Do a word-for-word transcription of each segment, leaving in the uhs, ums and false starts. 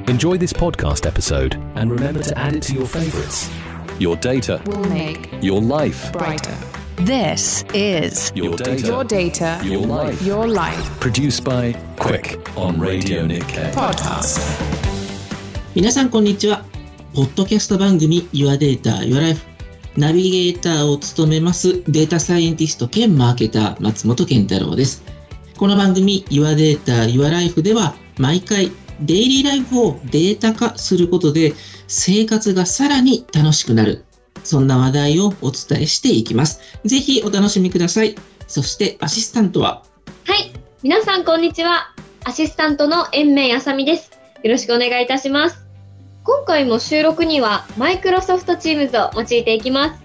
Enjoy this podcast episode and remember to add it to your favorites. Your data will make your life brighter. This is Your data Your Data, Your Life. Your Life. Produced by Quick on Radio Nikkei Podcast. 皆さんこんにちは。ポッドキャスト番組 Your Data, Your Life ナビゲーターを務めますデータサイエンティスト兼マーケター松本健太郎です。この番組 Your Data, Your Life では毎回デイリーライフをデータ化することで生活がさらに楽しくなる、そんな話題をお伝えしていきます。ぜひお楽しみください。そしてアシスタントははい、皆さんこんにちは。アシスタントの延命あさみです。よろしくお願いいたします。今回も収録にはマイクロソフト Teams を用いていきます。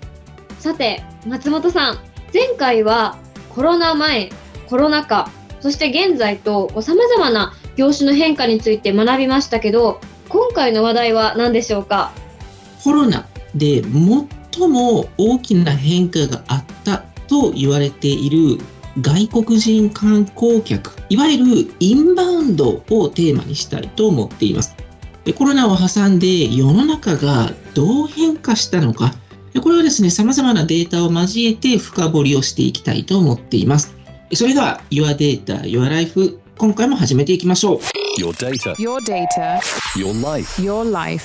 さて、松本さん、前回はコロナ前、コロナ禍、そして現在とさまざまな業種の変化について学びましたけど、今回の話題は何でしょうか？ コロナで最も大きな変化があったと言われている外国人観光客、いわゆるインバウンドをテーマにしたいと思っています。コロナを挟んで世の中がどう変化したのか、これはですね、様々なデータを交えて深掘りをしていきたいと思っています。それでは Your Data, Your Life、 今回も始めていきましょう。 Your data Your Data, Your Life Your Life.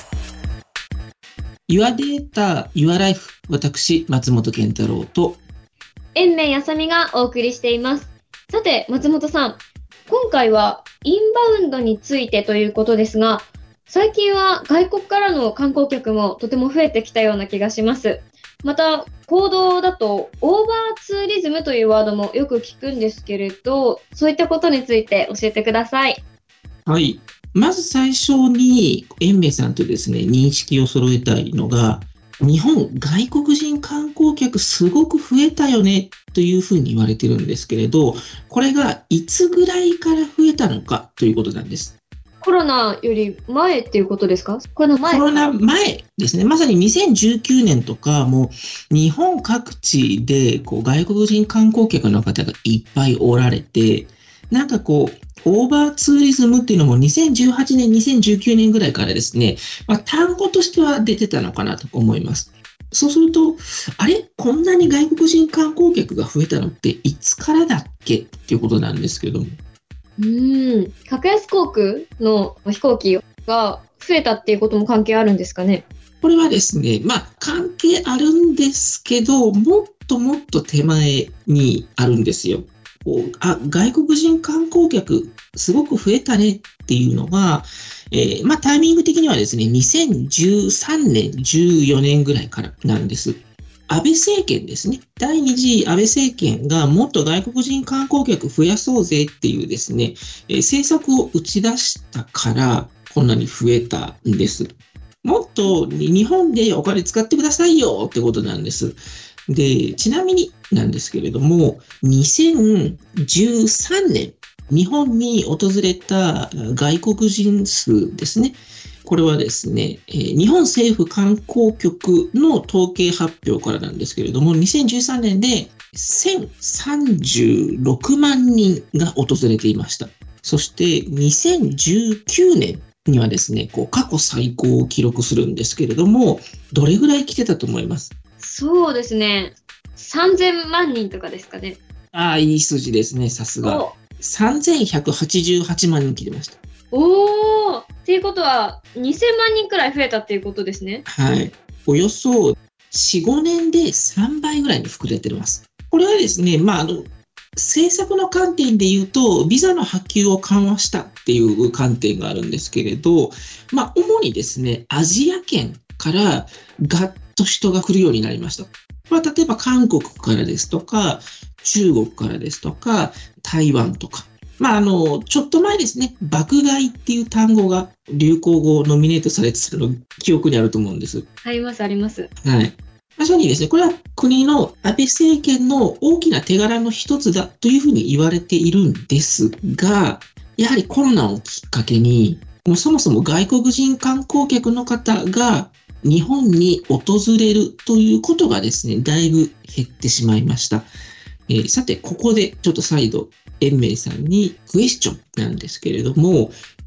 Your Data, Your Life、 私松本健太郎と延命あさみがお送りしています。さて、松本さん、今回はインバウンドについてということですが、最近は外国からの観光客もとても増えてきたような気がします。また、報道だとオーバーツーリズムというワードもよく聞くんですけれど、そういったことについて教えてください。 はい。まず最初に延命さんとですね、認識を揃えたいのが、日本外国人観光客すごく増えたよねというふうに言われてるんですけれど、これがいつぐらいから増えたのかということなんです。 コロナより前っていうことですか？コロナ前コロナ前ですね。まさににせんじゅうきゅうねんとかもう日本各地でこう外国人観光客の方がいっぱいおられて、なんかこうオーバーツーリズムっていうのもにせんじゅうはちねん、にせんじゅうきゅうねんぐらいからですね、まあ、単語としては出てたのかなと思います。そうすると、あれこんなに外国人観光客が増えたのっていつからだっけっていうことなんですけども。 うーん、格安航空の飛行機が増えたっていうことも関係あるんですかね？ これはですね、まあ関係あるんですけど、もっともっと手前にあるんですよ。こうあ、外国人観光客すごく増えたねっていうのが、えー、まあタイミング的にはですね、にせんじゅうさんねん、じゅうよねんぐらいからなんです。安倍政権ですね。第二次安倍政権がもっと外国人観光客増やそうぜっていうですね、えー、政策を打ち出したからこんなに増えたんです。もっと日本でお金使ってくださいよってことなんです。で、ちなみになんですけれども、にせんじゅうさんねん、日本に訪れた外国人数ですね。これはですね、日本政府観光局の統計発表からなんですけれども、にせんじゅうさんねんでせんさんじゅうろくまんにんが訪れていました。そしてにせんじゅうきゅうねんにはですね、こう過去最高を記録するんですけれども、どれぐらい来てたと思います？ そうですね、さんぜんまんにんとかですかね。 ああ、いい数字ですね、さすが。さんぜんひゃくはちじゅうはちまんにん来てました。 おー、っていうことはにせんまんにんくらい増えたっていうことですね。 はい。およそよん、ごねんでさんばいぐらいに膨れてます。これはですね、まあ、あの、政策の観点で言うと、ビザの発給を緩和したっていう観点があるんですけれど、まあ、主にですね、アジア圏からガッと人が来るようになりました。まあ、例えば韓国からですとか、中国からですとか、台湾とか、まあ、あの、ちょっと前ですね、爆買いっていう単語が流行語ノミネートされてたの記憶にあると思うんです。 あります、あります。 はい。まさにですね、これは国の安倍政権の大きな手柄の一つだというふうに言われているんですが、やはりコロナをきっかけに、もうそもそも外国人観光客の方が日本に訪れるということがですね、だいぶ減ってしまいました。えー、さて、ここでちょっと再度、延命さんにクエスチョンなんですけれども、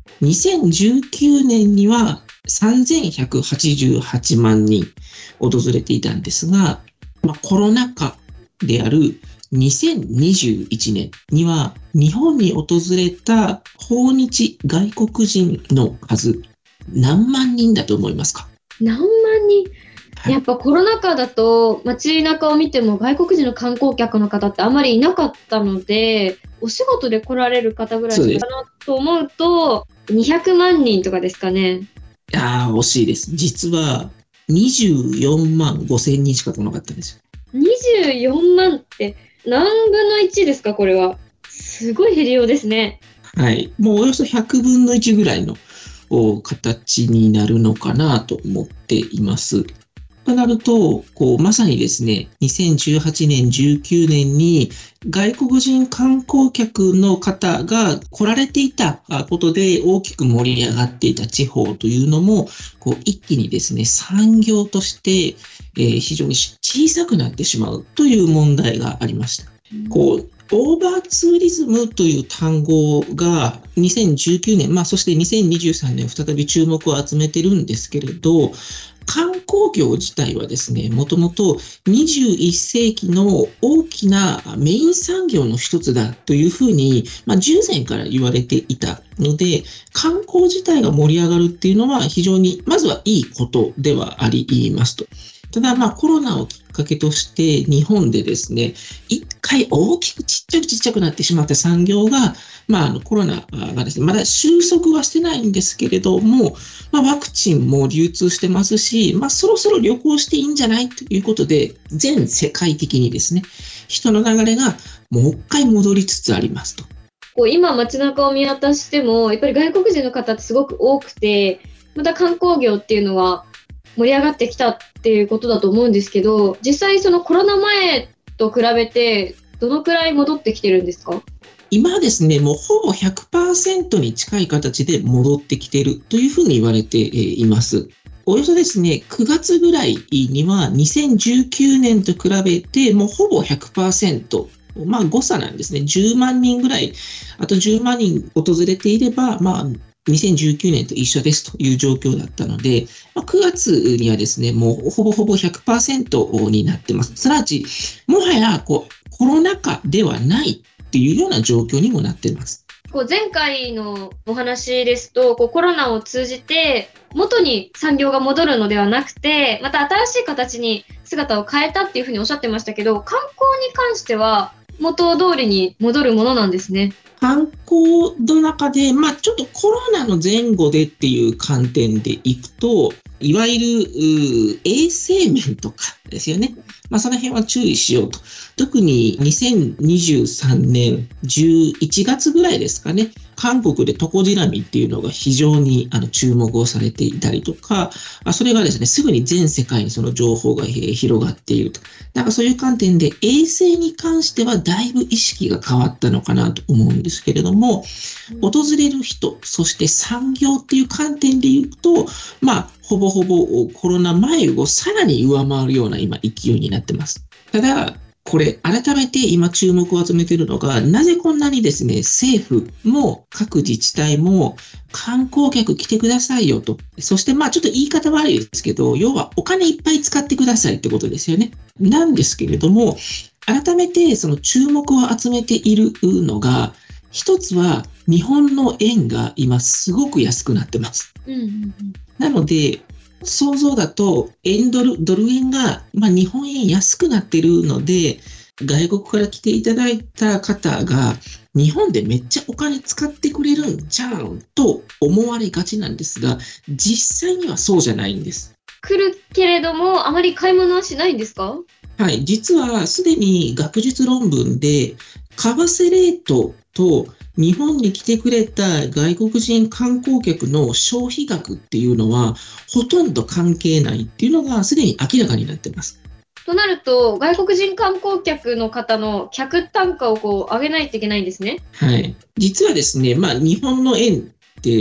にせんじゅうきゅうねんにはさんぜんひゃくはちじゅうはちまんにん訪れていたんですが、まあ、コロナ禍であるにせんにじゅういちねんには日本に訪れた訪日外国人の数、何万人だと思いますか？ 何万人、やっぱコロナ禍だと街中を見ても外国人の観光客の方ってあまりいなかったので、お仕事で来られる方ぐらいかなと思うとにひゃくまんにんとかですかね。 いやー惜しいです。実はにじゅうよんまんごせんにんしか来なかったんですよ。 にじゅうよんまんって何分のいちですか？これはすごい減りようですね。 はい、もうおよそひゃくぶんのいちぐらいの形になるのかなと思っています。となると、こうまさにですね、にせんじゅうはちねん、じゅうきゅうねんに外国人観光客の方が来られていたことで大きく盛り上がっていた地方というのも、こう一気にですね、産業として、えー、非常に小さくなってしまうという問題がありました。こうオーバーツーリズムという単語がにせんじゅうきゅうねん、まあ、そしてにせんにじゅうさんねん再び注目を集めてるんですけれど、観光業自体はですね、もともとにじゅういっせいきの大きなメイン産業の一つだというふうに、まあ、従前から言われていたので、観光自体が盛り上がるっていうのは非常にまずはいいことではありますと。ただ、まあコロナをきっかけとして日本でですね、一回大きくちっちゃくちっちゃくなってしまった産業が、まあ、あのコロナがですね、まだ収束はしてないんですけれども、まあ、ワクチンも流通してますし、まあ、そろそろ旅行していいんじゃないということで、全世界的にですね、人の流れがもう一回戻りつつありますと。 こう今街中を見渡しても、やっぱり外国人の方ってすごく多くて、また観光業っていうのは盛り上がってきたっていうことだと思うんですけど、実際そのコロナ前と比べてどのくらい戻ってきてるんですか？ 今はですね、もうほぼ ひゃくパーセント に近い形で戻ってきているというふうに言われています。およそですね、くがつぐらいにはにせんじゅうきゅうねんと比べてもうほぼ ひゃくパーセント、まあ誤差なんですね。じゅうまんにんぐらい、あとじゅうまんにん訪れていれば、まあにせんじゅうきゅうねんと一緒ですという状況だったので、まあ、くがつにはですね、もうほぼほぼ ひゃくパーセント になってます。すなわち、もはやこうコロナ禍ではないっていうような状況にもなっています。 こう前回のお話ですと、こうコロナを通じて元に産業が戻るのではなくて、また新しい形に姿を変えたっていうふうにおっしゃってましたけど、観光に関しては元通りに戻るものなんですね。 観光の中で、まあ、ちょっとコロナの前後でっていう観点でいくと、いわゆる衛生面とかですよね。まあ、その辺は注意しようと。特ににせんにじゅうさんねんじゅういちがつぐらいですかね。韓国でトコジラミっていうのが非常にあの注目をされていたりとか、それがですね、すぐに全世界にその情報が広がっていると。だからそういう観点で衛生に関してはだいぶ意識が変わったのかなと思うんですけれども、訪れる人、そして産業っていう観点で言うと、まあ、ほぼほぼコロナ前をさらに上回るような今勢いになってます。ただ、これ改めて今注目を集めているのが、なぜこんなにですね、政府も各自治体も観光客来てくださいよと。そしてまあちょっと言い方悪いですけど、要はお金いっぱい使ってくださいってことですよね。なんですけれども、改めてその注目を集めているのが、一つは日本の円が今すごく安くなってます。 うんうんうん、 なので、想像だと円ドル、ドル円が、まあ、日本円安くなっているので、外国から来ていただいた方が日本でめっちゃお金使ってくれるんじゃんと思われがちなんですが、実際にはそうじゃないんです。 来るけれども、あまり買い物はしないんですか？ はい、実はすでに学術論文で、為替レートと日本に来てくれた外国人観光客の消費額っていうのはほとんど関係ないっていうのがすでに明らかになっています。 となると、外国人観光客の方の客単価をこう上げないといけないんですね。 はい。実はですね、まあ日本の円って、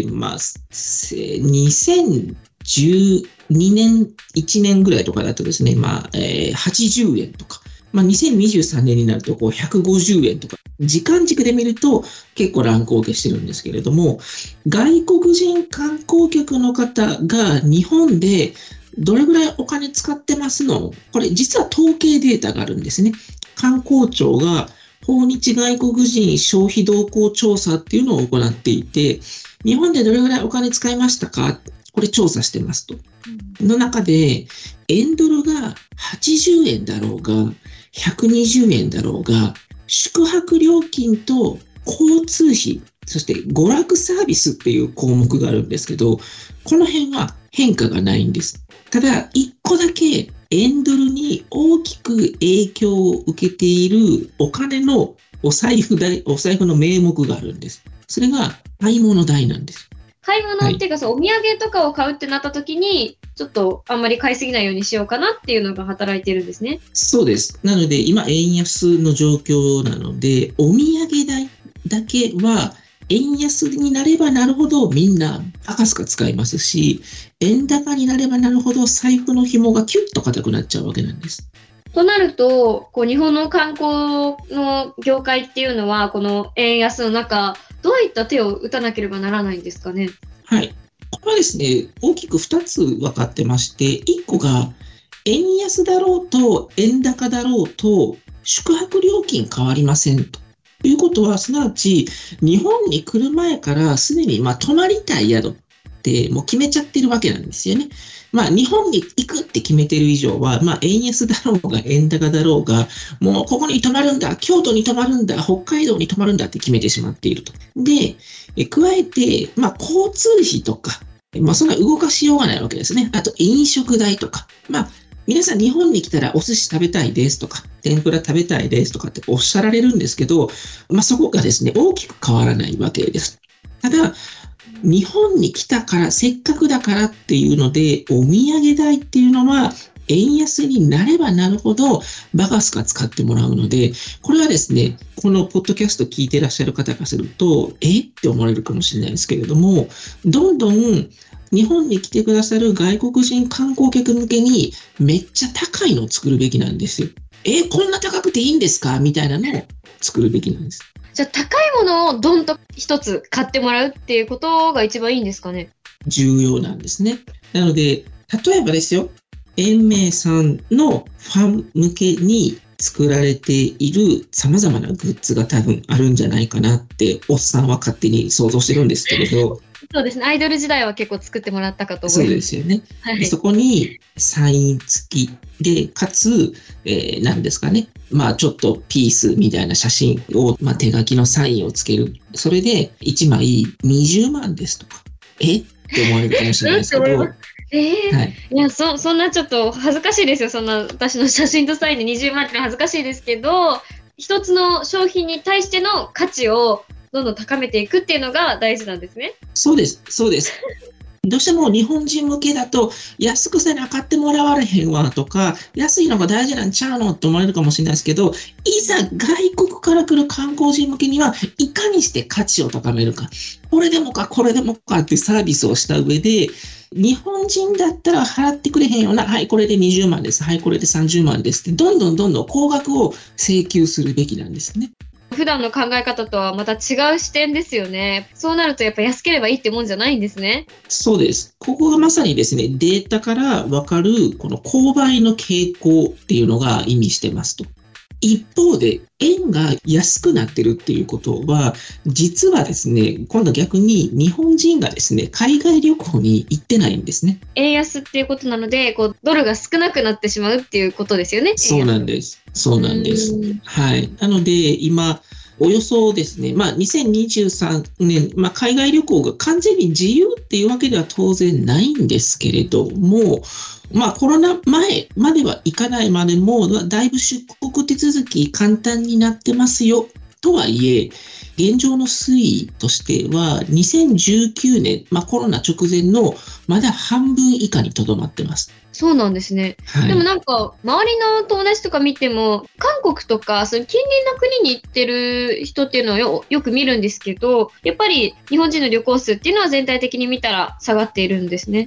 まあ、にせんじゅうにねん、いちねんぐらいとかだとですね、まあ、えー、はちじゅうえんとか、まあ、にせんにじゅうさんねんになるとこうひゃくごじゅうえんとか、 時間軸で見ると結構乱高下してるんですけれども、外国人観光客の方が日本でどれぐらいお金使ってますの？これ実は統計データがあるんですね。観光庁が訪日外国人消費動向調査っていうのを行っていて、日本でどれぐらいお金使いましたか？これ調査してますと。の中で、円ドルがはちじゅうえんだろうが、ひゃくにじゅうえんだろうが、宿泊料金と交通費、そして娯楽サービスっていう項目があるんですけど、この辺は変化がないんです。ただ、一個だけ円ドルに大きく影響を受けているお金のお財布代、お財布の名目があるんです。それが買い物代なんです。 買い物っていうか、はい、そうお土産とかを買うってなった時に、ちょっとあんまり買いすぎないようにしようかなっていうのが働いてるんですね。そうです。 なので、今、円安の状況なので、お土産代だけは、円安になればなるほどみんな赤すか使いますし、円高になればなるほど財布の紐がキュッと硬くなっちゃうわけなんです。 となると、こう日本の観光の業界っていうのは、この円安の中、どういった手を打たなければならないんですかね。 はい。これはですね、大きくふたつ分かってまして、いっこが円安だろうと円高だろうと宿泊料金変わりませんと。ということは、すなわち日本に来る前からすでにまあ泊まりたい宿ってもう決めちゃってるわけなんですよね。まあ日本に行くって決めてる以上は、まあ円安だろうが円高だろうが、もうここに泊まるんだ、京都に泊まるんだ、北海道に泊まるんだって決めてしまっていると。で、え加えて、まあ交通費とか、まあそんな動かしようがないわけですね。あと飲食代とか、まあ皆さん日本に来たらお寿司食べたいですとか、天ぷら食べたいですとかっておっしゃられるんですけど、まあそこがですね、大きく変わらないわけです。ただ、日本に来たから、せっかくだからっていうので、お土産代っていうのは、円安になればなるほど、バカスカ使ってもらうので、これはですね、このポッドキャスト聞いていらっしゃる方からすると、えって思われるかもしれないですけれども、どんどん日本に来てくださる外国人観光客向けに、めっちゃ高いのを作るべきなんですよ。え、こんな高くていいんですかみたいなのを作るべきなんです。 じゃあ高いものをドンと一つ買ってもらうっていうことが一番いいんですかね。 重要なんですね。なので、例えばですよ、円明さんのファン向けに作られている様々なグッズが多分あるんじゃないかなって、おっさんは勝手に想像してるんですけれど。 そうですね。アイドル時代は結構作ってもらったかと思います。 そうですよね。 はい、 そこにサイン付きで、かつ、えー、何ですかね。まあちょっとピースみたいな写真を、まあ手書きのサインをつける。それでいちまいにじゅうまんですとか。えって思われるかもしれないですけど。 えーはい、いやそ、そんなちょっと恥ずかしいですよ。そんな私の写真とサインでにじゅうまんってのは恥ずかしいですけど、一つの商品に対しての価値をどんどん高めていくっていうのが大事なんですね。そうです、そうです。どうしても日本人向けだと安くせな買ってもらわれへんわとか、安いのが大事なんちゃうのって思われるかもしれないですけど、いざ外国から来る観光人向けにはいかにして価値を高めるか、これでもかこれでもかっていうサービスをした上で、日本人だったら払ってくれへんよな、はいこれでにじゅうまんです、はいこれでさんじゅうまんですって、どんどんどんどん高額を請求するべきなんですね。普段の考え方とはまた違う視点ですよね。そうなるとやっぱ安ければいいってもんじゃないんですね。そうです。ここがまさにですね、データからわかるこの購買の傾向っていうのが意味してますと。一方で円が安くなってるっていうことは、実はですね、今度逆に日本人がですね、海外旅行に行ってないんですね。円安っていうことなので、こうドルが少なくなってしまうっていうことですよね。そうなんです。そうなんです。はい。なので今、およそですね、まあにせんにじゅうさんねん、まあ海外旅行が完全に自由っていうわけでは当然ないんですけれども、まあコロナ前まではいかないまでも、だいぶ出国手続き簡単になってますよ。とはいえ、現状の推移としては、にせんじゅうきゅうねん、まあコロナ直前のまだ半分以下にとどまってます。そうなんですね。はい、でもなんか、周りの友達とか見ても、韓国とか、その近隣の国に行ってる人っていうのを よ, よく見るんですけど、やっぱり日本人の旅行数っていうのは全体的に見たら下がっているんですね。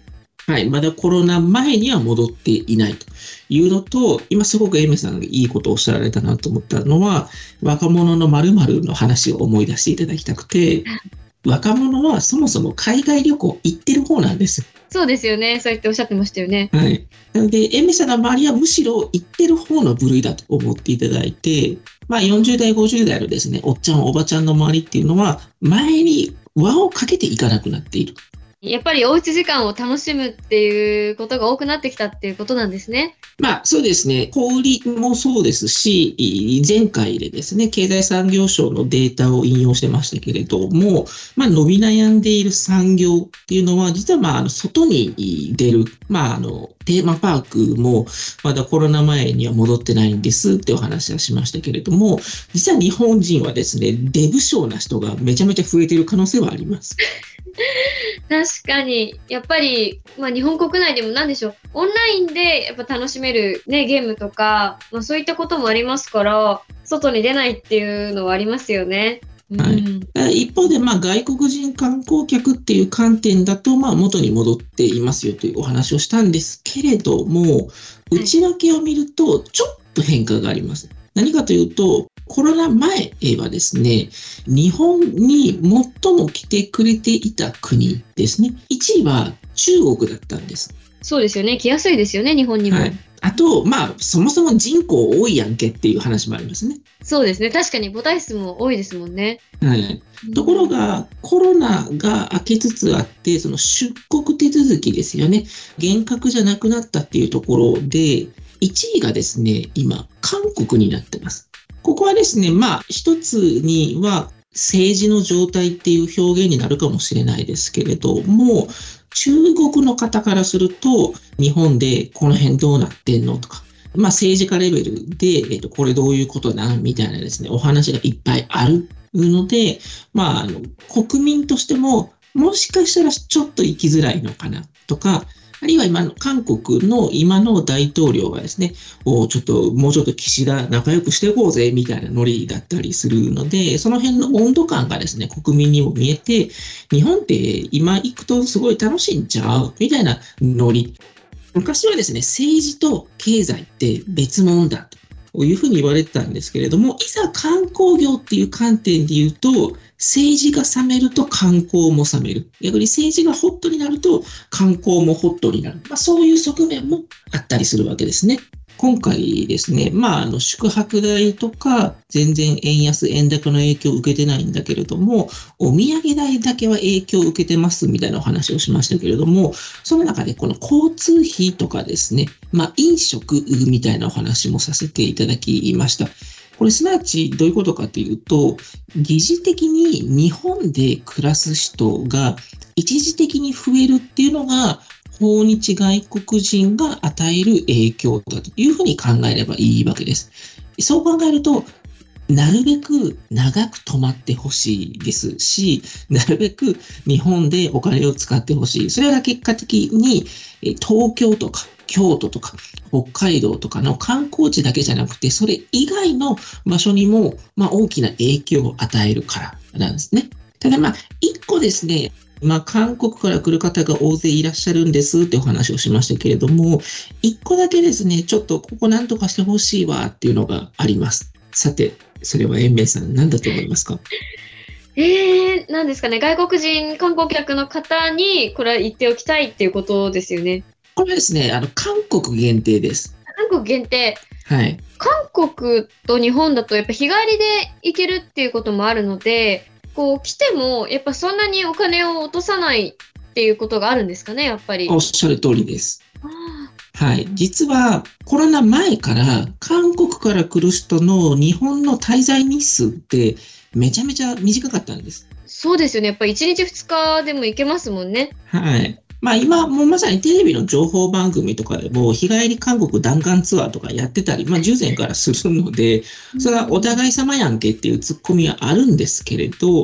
はい、まだコロナ前には戻っていないというのと、今すごくエメさんがいいことをおっしゃられたなと思ったのは、若者の〇〇の話を思い出していただきたくて、若者はそもそも海外旅行行ってる方なんです。 そうですよね。そう言っておっしゃってましたよね。 はい。なので、エメさんの周りはむしろ行ってる方の部類だと思っていただいて、まあよんじゅう代、ごじゅう代のですね、おっちゃん、おばちゃんの周りっていうのは、前に輪をかけていかなくなっている。 やっぱりおうち時間を楽しむっていうことが多くなってきたっていうことなんですね。 まあそうですね。小売りもそうですし、前回でですね、経済産業省のデータを引用してましたけれども、まあ伸び悩んでいる産業っていうのは、実はまああの外に出る、まああのテーマパークもまだコロナ前には戻ってないんですってお話はしましたけれども、実は日本人はですね、出不精な人がめちゃめちゃ増えている可能性はあります。 確かに、やっぱり、まあ、日本国内でも何でしょう、オンラインでやっぱ楽しめる、ね、ゲームとか、まあ、そういったこともありますから、外に出ないっていうのはありますよね。 はい、うん、一方で、まあ、外国人観光客っていう観点だと、まあ、元に戻っていますよというお話をしたんですけれども、内訳を見るとちょっと変化があります。何かというと、コロナ前はですね、日本に最も来てくれていた国ですね。いちいは中国だったんです。 そうですよね。来やすいですよね、日本にも。 はい、あと、まあ、そもそも人口多いやんけっていう話もありますね。 そうですね。確かに母体数も多いですもんね。 はい。ところが、コロナが明けつつあって、その出国手続きですよね。厳格じゃなくなったっていうところで、いちいがですね、今、韓国になってます。ここはですね、まあ、一つには政治の状態っていう表現になるかもしれないですけれども、中国の方からすると、日本でこの辺どうなってんのとか、まあ政治家レベルで、えっと、これどういうことなんみたいなですね、お話がいっぱいあるので、まあ、あの、国民としても、もしかしたらちょっと生きづらいのかなとか、あるいは今の韓国の今の大統領がですね、おちょっともうちょっと岸田仲良くしていこうぜみたいなノリだったりするので、その辺の温度感がですね、国民にも見えて、日本って今行くとすごい楽しいんちゃうみたいなノリ。昔はですね、政治と経済って別物だというふうに言われてたんですけれども、いざ観光業っていう観点で言うと、政治が冷めると観光も冷める。逆に政治がホットになると観光もホットになる。まあ、そういう側面もあったりするわけですね。今回ですね、まあ、あの宿泊代とか全然円安、円高の影響を受けてないんだけれども、お土産代だけは影響を受けてますみたいなお話をしましたけれども、その中でこの交通費とかですね、まあ、飲食みたいなお話もさせていただきました。これすなわちどういうことかというと、疑似的に日本で暮らす人が一時的に増えるっていうのが訪日外国人が与える影響だというふうに考えればいいわけです。そう考えると、なるべく長く泊まってほしいですし、なるべく日本でお金を使ってほしい。それが結果的に東京とか京都とか北海道とかの観光地だけじゃなくて、それ以外の場所にも、まあ、大きな影響を与えるからなんですね。ただまあ、一個ですね、まあ、韓国から来る方が大勢いらっしゃるんですってお話をしましたけれども、一個だけですね、ちょっとここなんとかしてほしいわっていうのがあります。さて、それは延明さん何だと思いますか？ えー、何ですかね、外国人観光客の方にこれは言っておきたいっていうことですよね。 これはですね、あの韓国限定です。 韓国限定。 はい。 韓国と日本だとやっぱ日帰りで行けるっていうこともあるので、こう来てもやっぱそんなにお金を落とさないっていうことがあるんですかね、やっぱり。 おっしゃる通りです。はい。実はコロナ前から韓国から来る人の日本の滞在日数ってめちゃめちゃ短かったんです。 そうですよね。やっぱりいちにちふつかでも行けますもんね。 はい。まあ今もうまさにテレビの情報番組とかでも日帰り韓国弾丸ツアーとかやってたり、まあ従前からするので、それはお互い様やんけっていうツッコミはあるんですけれど、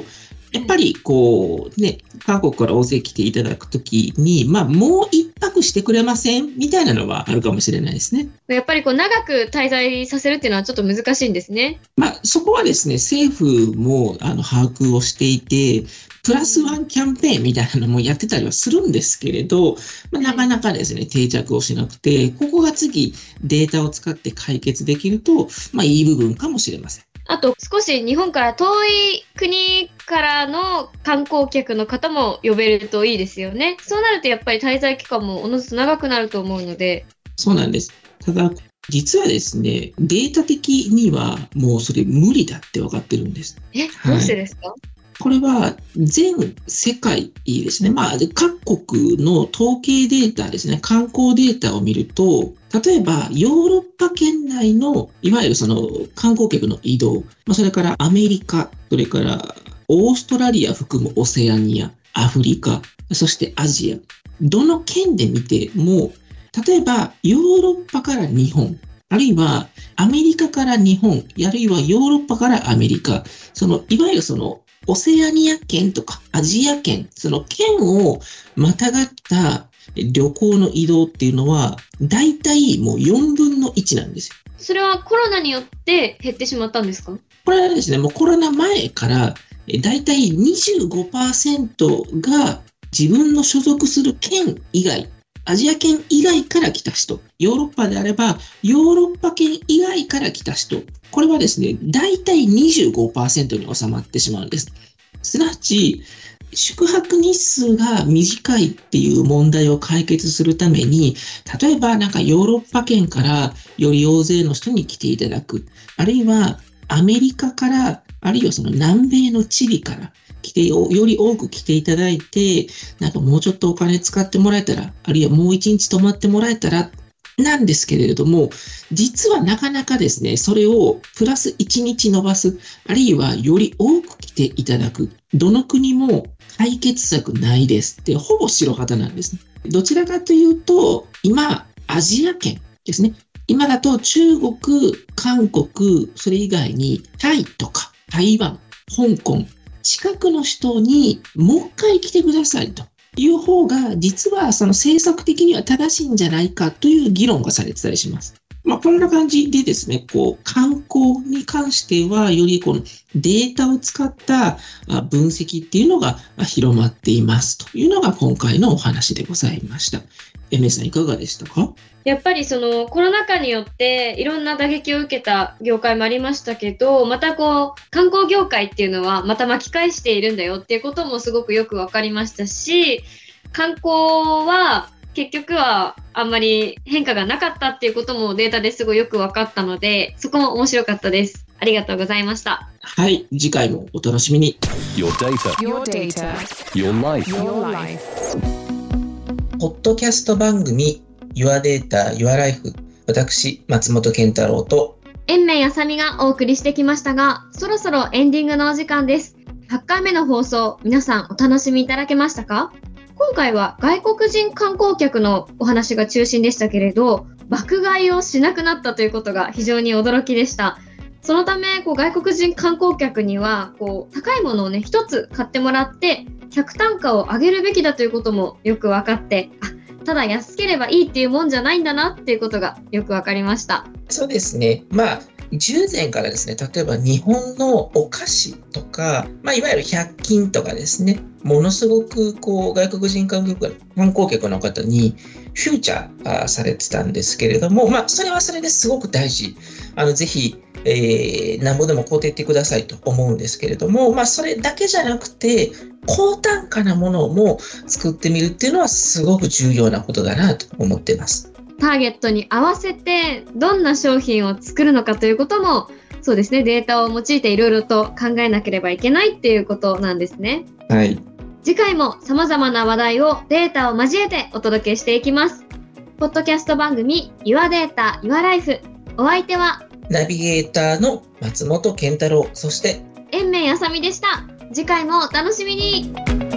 やっぱりこうね、韓国から大勢来ていただくときに、まあもう一泊してくれませんみたいなのはあるかもしれないですね。 やっぱりこう長く滞在させるっていうのはちょっと難しいんですね。 まあそこはですね、政府もあの把握をしていて、プラスワンキャンペーンみたいなのもやってたりはするんですけれど、まあ、なかなかですね、定着をしなくて、ここが次データを使って解決できると、まあいい部分かもしれません。 あと少し日本から遠い国からの観光客の方も呼べるといいですよね。そうなるとやっぱり滞在期間もおのずと長くなると思うので。 そうなんです。ただ、実はですね、データ的にはもうそれ無理だって分かってるんです。 え、どうしてですか？はい、 これは全世界ですね。まあ、各国の統計データですね、観光データを見ると、例えばヨーロッパ圏内のいわゆるその観光客の移動、まあ、それからアメリカ、それからオーストラリア含むオセアニア、アフリカ、そしてアジア、どの県で見ても、例えばヨーロッパから日本、あるいはアメリカから日本、あるいはヨーロッパからアメリカ、そのいわゆるそのオセアニア圏とかアジア圏、その県をまたがった旅行の移動っていうのは、だいたいもうよんぶんのいちなんですよ。 それはコロナによって減ってしまったんですか？ これはですね、もうコロナ前からだいたい にじゅうごパーセント が自分の所属する県以外、アジア圏以外から来た人、ヨーロッパであればヨーロッパ圏以外から来た人、これはですね、だいたい にじゅうごパーセント に収まってしまうんです。すなわち、宿泊日数が短いっていう問題を解決するために、例えばなんかヨーロッパ圏からより大勢の人に来ていただく、あるいはアメリカから、あるいはその南米のチリから来て、より多く来ていただいて、なんかもうちょっとお金使ってもらえたら、あるいはもう一日泊まってもらえたら、なんですけれども、実はなかなかですね、それをプラスいちにち伸ばす、あるいはより多く来ていただく、どの国も解決策ないですって、ほぼ白旗なんですね。どちらかというと、今、アジア圏ですね。今だと中国、韓国、それ以外にタイとか台湾、香港、近くの人にもう一回来てくださいという方が、実はその政策的には正しいんじゃないかという議論がされてたりします。まあ、こんな感じでですね、こう観光に関してはよりこのデータを使った分析っていうのが広まっていますというのが今回のお話でございました。エメさんいかがでしたか？ やっぱりそのコロナ禍によっていろんな打撃を受けた業界もありましたけど、またこう観光業界っていうのはまた巻き返しているんだよっていうこともすごくよく分かりましたし、観光は結局はあんまり変化がなかったっていうこともデータですごいよく分かったので、そこも面白かったです。ありがとうございました。 はい、次回もお楽しみに。 Your data, Your data. your life. Your life. ポッドキャスト番組 Your Data, Your Life、 私松本健太郎と延命あさみがお送りしてきましたが、そろそろエンディングのお時間です。はちかいめの放送、皆さんお楽しみいただけましたか？今回は外国人観光客のお話が中心でしたけれど、爆買いをしなくなったということが非常に驚きでした。そのためこう外国人観光客にはこう高いものをね一つ買ってもらって客単価を上げるべきだということもよく分かって、あ、ただ安ければいいっていうもんじゃないんだなっていうことがよく分かりました。 そうですね。まあ従前からですね、例えば日本のお菓子とか、まあ、いわゆるひゃく均とかですね、ものすごくこう外国人観光客の方にフューチャーされてたんですけれども、まあ、それはそれですごく大事。あのぜひ、えー、なんぼでも買うていってくださいと思うんですけれども、まあ、それだけじゃなくて高単価なものも作ってみるっていうのはすごく重要なことだなと思っています。 ターゲットに合わせてどんな商品を作るのかということも、そうですね、データを用いていろいろと考えなければいけないっていうことなんですね。 はい。 次回も様々な話題をデータを交えてお届けしていきます。ポッドキャスト番組 Your Data, Your Life。お相手はナビゲーターの松本健太郎、そして延命あさみでした。次回もお楽しみに。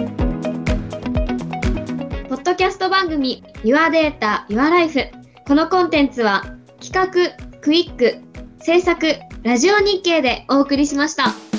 ポッドキャスト番組 Your Data, Your Life。このコンテンツは企画、クイック、制作、ラジオ日経でお送りしました。